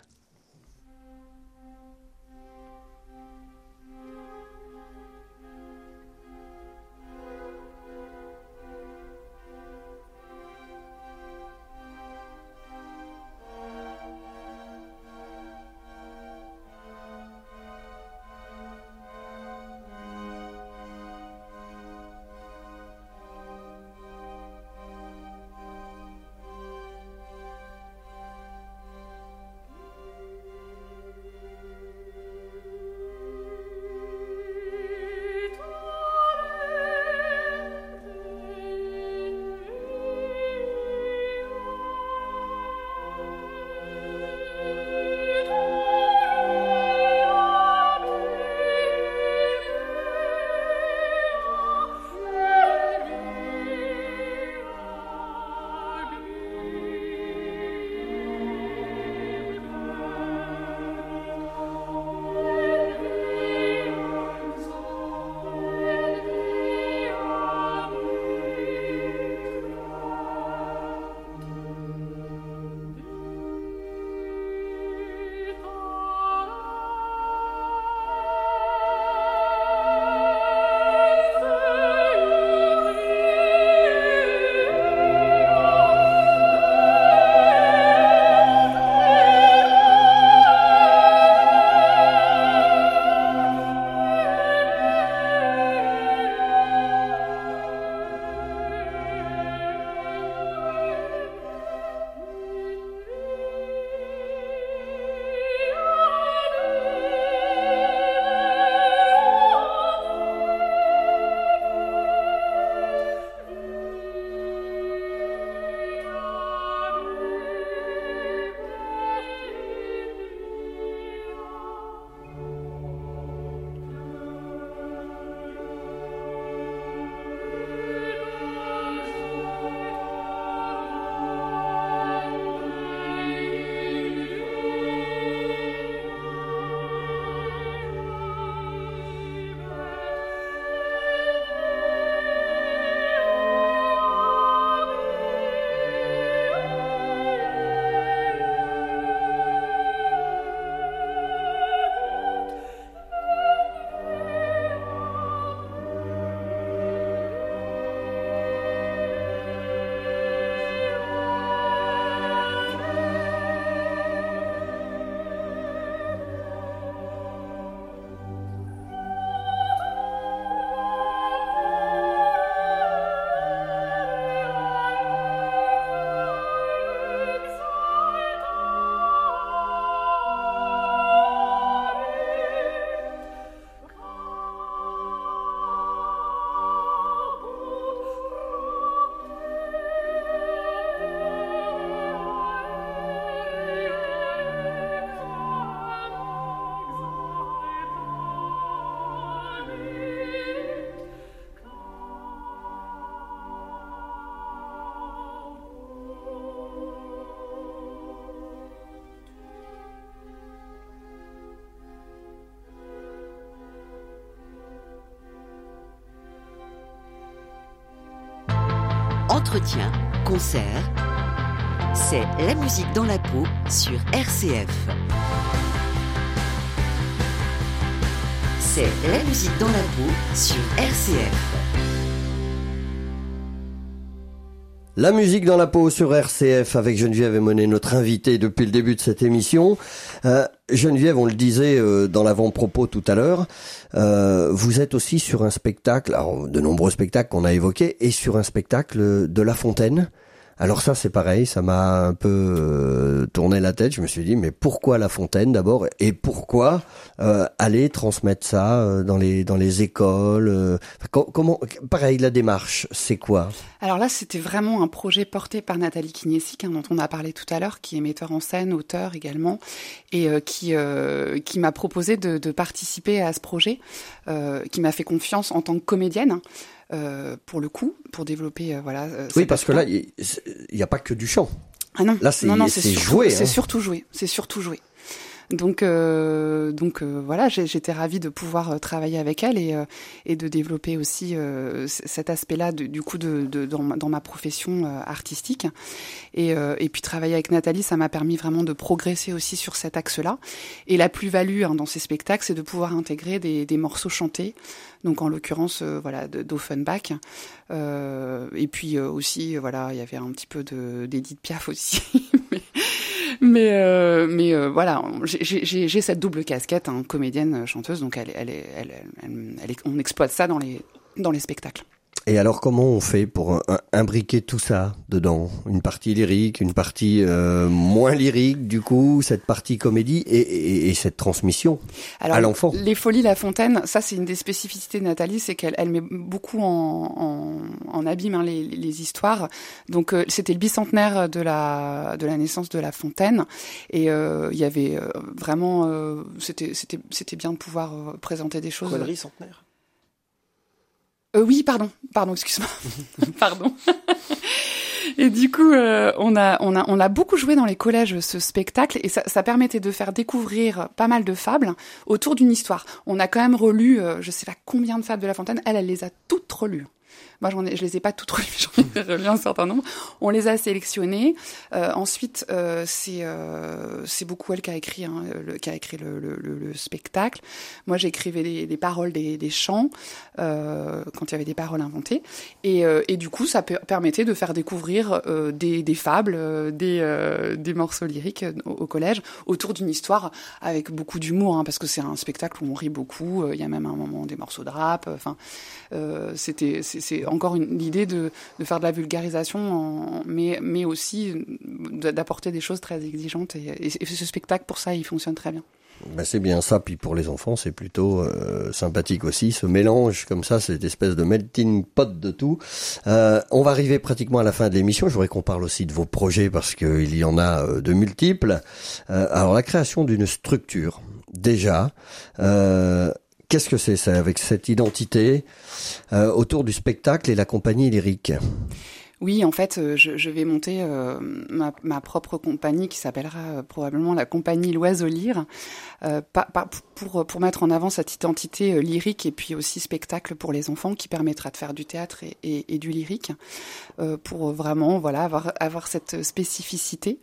Entretien, concert, c'est la musique dans la peau sur R C F. C'est la musique dans la peau sur R C F. La musique dans la peau sur R C F avec Geneviève Emonet, notre invitée depuis le début de cette émission. Euh, Geneviève, on le disait euh, dans l'avant-propos tout à l'heure, euh, vous êtes aussi sur un spectacle, alors de nombreux spectacles qu'on a évoqués, et sur un spectacle de La Fontaine. Alors ça, c'est pareil, ça m'a un peu euh, tourné la tête. Je me suis dit, mais pourquoi La Fontaine d'abord, et pourquoi euh, aller transmettre ça euh, dans les dans les écoles euh, Comment, pareil, la démarche, c'est quoi? Alors là, c'était vraiment un projet porté par Nathalie Kniesic, hein, dont on a parlé tout à l'heure, qui est metteur en scène, auteur également, et euh, qui euh, qui m'a proposé de, de participer à ce projet, euh, qui m'a fait confiance en tant que comédienne. Euh, pour le coup, pour développer, euh, voilà. Euh, oui, parce que là, il n'y a pas que du chant. Ah non, là, c'est, non, non, c'est, c'est c'est surtout, joué. C'est hein. surtout joué. C'est surtout joué. Donc, euh, donc euh, voilà, j'ai, j'étais ravie de pouvoir euh, travailler avec elle et, euh, et de développer aussi euh, cet aspect-là de, du coup de, de dans, ma, dans ma profession euh, artistique. Et, euh, et puis travailler avec Nathalie, ça m'a permis vraiment de progresser aussi sur cet axe-là. Et la plus-value hein, dans ces spectacles, c'est de pouvoir intégrer des, des morceaux chantés. Donc en l'occurrence, euh, voilà, de, d'Offenbach. Euh, et puis euh, aussi, euh, voilà, il y avait un petit peu de d'Edith Piaf aussi. mais mais, euh, mais euh, voilà, j'ai, j'ai, j'ai cette double casquette, hein, comédienne, chanteuse. Donc elle, elle, elle, elle, elle, elle, on exploite ça dans les dans les spectacles. Et alors, comment on fait pour imbriquer tout ça dedans? Une partie lyrique, une partie euh, moins lyrique, du coup, cette partie comédie et, et, et cette transmission alors, à l'enfant. Les Folies La Fontaine, ça c'est une des spécificités de Nathalie, c'est qu'elle elle met beaucoup en, en, en abîme hein, les, les histoires. Donc euh, c'était le bicentenaire de la de la naissance de La Fontaine et il euh, y avait euh, vraiment, euh, c'était c'était c'était bien de pouvoir euh, présenter des choses. Connerie centenaire. Euh, oui, pardon, pardon, excuse-moi, pardon. Et du coup, euh, on a, on a, on a beaucoup joué dans les collèges ce spectacle et ça, ça permettait de faire découvrir pas mal de fables autour d'une histoire. On a quand même relu, euh, je sais pas combien de fables de La Fontaine. Elle, elle les a toutes relues. Moi, j'en ai, je les ai pas toutes relues, j'en ai relu un certain nombre. On les a sélectionnées. Euh, ensuite, euh, c'est, euh, c'est beaucoup elle qui a écrit, hein, le, qui a écrit le, le, le, le spectacle. Moi, j'écrivais les, les paroles des, des chants euh, quand il y avait des paroles inventées. Et, euh, et du coup, ça per- permettait de faire découvrir euh, des, des fables, euh, des, euh, des morceaux lyriques au, au collège autour d'une histoire avec beaucoup d'humour, hein, parce que c'est un spectacle où on rit beaucoup. Il y a même un moment des morceaux de rap. Enfin, euh, c'était, c'est, c'est encore une, l'idée de, de faire de la vulgarisation, en, mais, mais aussi d'apporter des choses très exigeantes. Et, et, et ce spectacle, pour ça, il fonctionne très bien. Ben c'est bien ça, puis pour les enfants, c'est plutôt euh, sympathique aussi, ce mélange comme ça, cette espèce de melting pot de tout. Euh, on va arriver pratiquement à la fin de l'émission, je voudrais qu'on parle aussi de vos projets, parce qu'il y en a de multiples. Euh, alors la création d'une structure, déjà... Euh, Qu'est-ce que c'est ça, avec cette identité euh, autour du spectacle et la compagnie lyrique? Oui, en fait, je, je vais monter euh, ma, ma propre compagnie qui s'appellera euh, probablement la compagnie L'Oiseau Lyre, euh, pa, pa, pour, pour mettre en avant cette identité euh, lyrique et puis aussi spectacle pour les enfants qui permettra de faire du théâtre et, et, et du lyrique, euh, pour vraiment voilà avoir, avoir cette spécificité.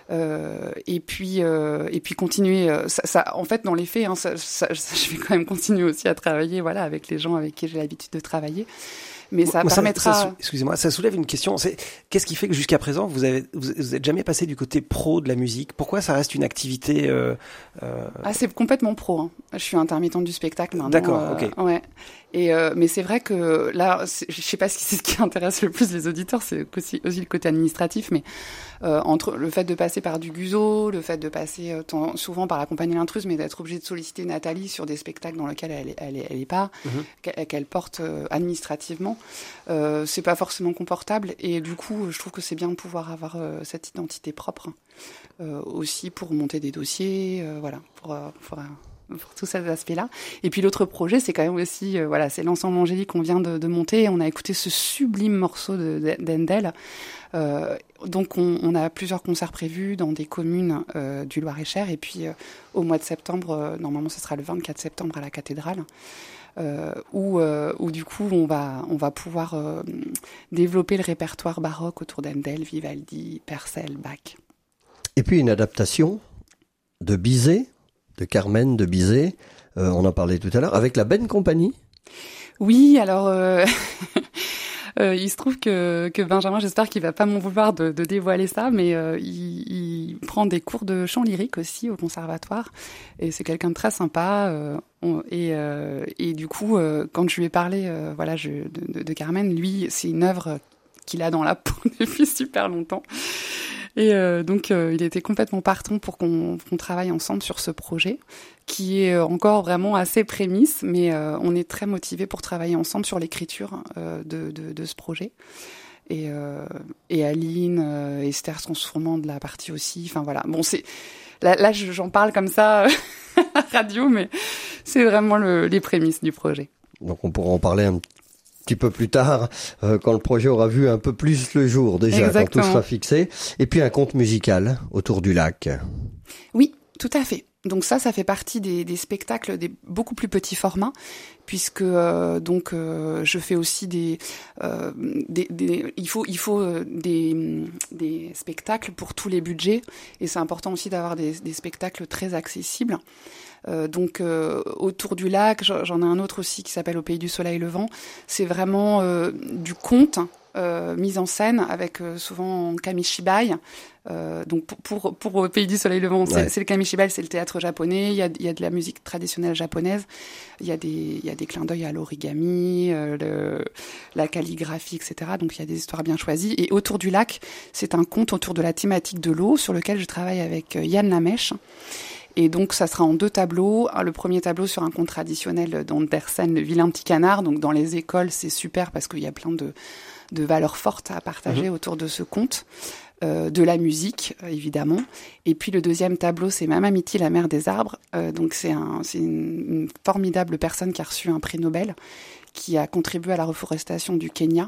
Euh, et puis euh, et puis continuer euh, ça, ça en fait dans les faits hein, ça, ça, ça, je vais quand même continuer aussi à travailler voilà avec les gens avec qui j'ai l'habitude de travailler. Mais ça Moi, permettra. Ça, ça, excusez-moi, ça soulève une question. C'est qu'est-ce qui fait que jusqu'à présent vous avez vous, vous êtes jamais passé du côté pro de la musique? Pourquoi ça reste une activité euh, euh... Ah, c'est complètement pro. Hein. Je suis intermittente du spectacle maintenant. D'accord, euh, ok. Ouais. Et euh, mais c'est vrai que là, je sais pas si c'est ce qui intéresse le plus les auditeurs, c'est aussi, aussi le côté administratif, mais euh, entre le fait de passer par du Guzo, le fait de passer euh, tant, souvent par la compagnie L'Intruse, mais d'être obligé de solliciter Nathalie sur des spectacles dans lesquels elle, elle, elle, elle est pas, mm-hmm. qu'elle, qu'elle porte euh, administrativement, euh, c'est pas forcément confortable. Et du coup, je trouve que c'est bien de pouvoir avoir euh, cette identité propre euh, aussi pour monter des dossiers, euh, voilà, pour, euh, pour euh, pour tous ces aspects-là. Et puis l'autre projet, c'est quand même aussi, euh, voilà, c'est l'ensemble angélique qu'on vient de, de monter. On a écouté ce sublime morceau de, d'Handel. Euh, donc on, on a plusieurs concerts prévus dans des communes euh, du Loir-et-Cher. Et puis euh, au mois de septembre, euh, normalement ce sera le vingt-quatre septembre à la cathédrale. Euh, où, euh, où du coup on va, on va pouvoir euh, développer le répertoire baroque autour d'Handel, Vivaldi, Purcell, Bach. Et puis une adaptation de Bizet, de Carmen de Bizet, euh, on en parlait tout à l'heure, avec la Benne Compagnie. Oui, alors euh, Euh, il se trouve que, que Benjamin, j'espère qu'il va pas m'en vouloir de, de dévoiler ça, mais euh, il, il prend des cours de chant lyrique aussi au conservatoire, et c'est quelqu'un de très sympa. Euh, on, et, euh, et du coup, euh, quand je lui ai parlé, euh, voilà, je, de, de, de Carmen, lui, c'est une œuvre qu'il a dans la peau depuis super longtemps. Et euh, donc, euh, il était complètement partant pour qu'on, qu'on travaille ensemble sur ce projet, qui est encore vraiment assez prémisse, mais euh, on est très motivés pour travailler ensemble sur l'écriture euh, de, de, de ce projet. Et, euh, et Aline, euh, Esther se transformant de la partie aussi. Enfin voilà. Bon, c'est là, là j'en parle comme ça à la radio, mais c'est vraiment le, les prémices du projet. Donc, on pourra en parler un petit peu plus tard, euh, quand le projet aura vu un peu plus le jour déjà, Exactement. quand tout sera fixé. Et puis un conte musical autour du lac. Oui, tout à fait. Donc ça, ça fait partie des, des spectacles des beaucoup plus petits formats, puisque euh, donc euh, je fais aussi des, euh, des, des il faut il faut euh, des des spectacles pour tous les budgets, et c'est important aussi d'avoir des, des spectacles très accessibles. Euh, donc euh, autour du lac, j'en ai un autre aussi qui s'appelle Au pays du soleil levant. C'est vraiment euh, du conte euh, mis en scène avec euh, souvent kamishibai. Euh, donc pour, pour pour Au pays du soleil levant, c'est, ouais. c'est le kamishibai, c'est le théâtre japonais. Il y a il y a de la musique traditionnelle japonaise. Il y a des il y a des clins d'œil à l'origami, euh, le, la calligraphie, et cetera. Donc il y a des histoires bien choisies. Et autour du lac, c'est un conte autour de la thématique de l'eau sur lequel je travaille avec Yann Lamèche. Et donc, ça sera en deux tableaux. Le premier tableau sur un conte traditionnel d'Andersen, Le vilain petit canard. Donc, dans les écoles, c'est super parce qu'il y a plein de, de valeurs fortes à partager mmh. autour de ce conte. Euh, de la musique, évidemment. Et puis, le deuxième tableau, c'est Mama Miti, la mère des arbres. Euh, donc, c'est, un, c'est une, une formidable personne qui a reçu un prix Nobel, qui a contribué à la reforestation du Kenya.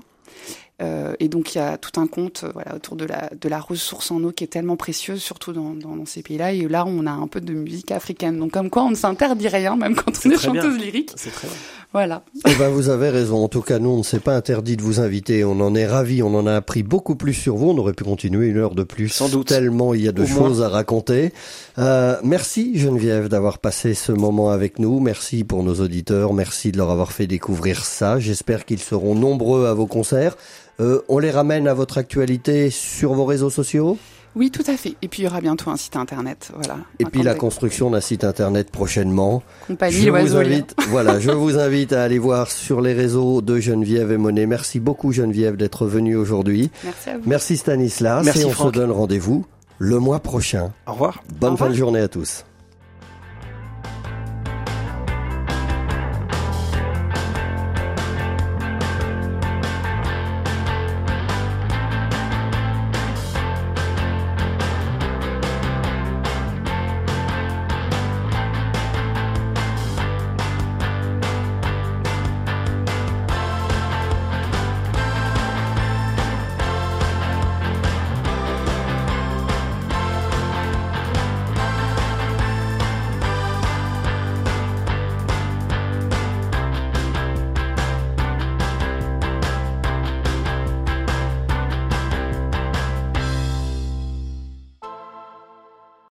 Euh, et donc il y a tout un conte, euh, voilà, autour de la de la ressource en eau qui est tellement précieuse, surtout dans, dans dans ces pays-là. Et là, on a un peu de musique africaine. Donc comme quoi, on ne s'interdit rien, même quand c'est on est bien. chanteuse lyrique. C'est très bien. Voilà. Eh ben, vous avez raison. En tout cas, nous, on ne s'est pas interdit de vous inviter. On en est ravis. On en a appris beaucoup plus sur vous. On aurait pu continuer une heure de plus. Sans doute. Tellement il y a de Au choses moins. à raconter. Euh, merci Geneviève d'avoir passé ce moment avec nous. Merci pour nos auditeurs. Merci de leur avoir fait découvrir ça. J'espère qu'ils seront nombreux à vos concerts. Euh, on les ramène à votre actualité sur vos réseaux sociaux ? Oui, tout à fait. Et puis il y aura bientôt un site internet, voilà. Et puis la construction d'un site internet prochainement. Compagnie je l'oiseau vous invite, voilà, je vous invite à aller voir sur les réseaux de Geneviève et Monet. Merci beaucoup Geneviève d'être venue aujourd'hui. Merci à vous. Merci Stanislas. Merci et on Franck. se donne rendez-vous le mois prochain. Au revoir. Bonne Au revoir. fin de journée à tous.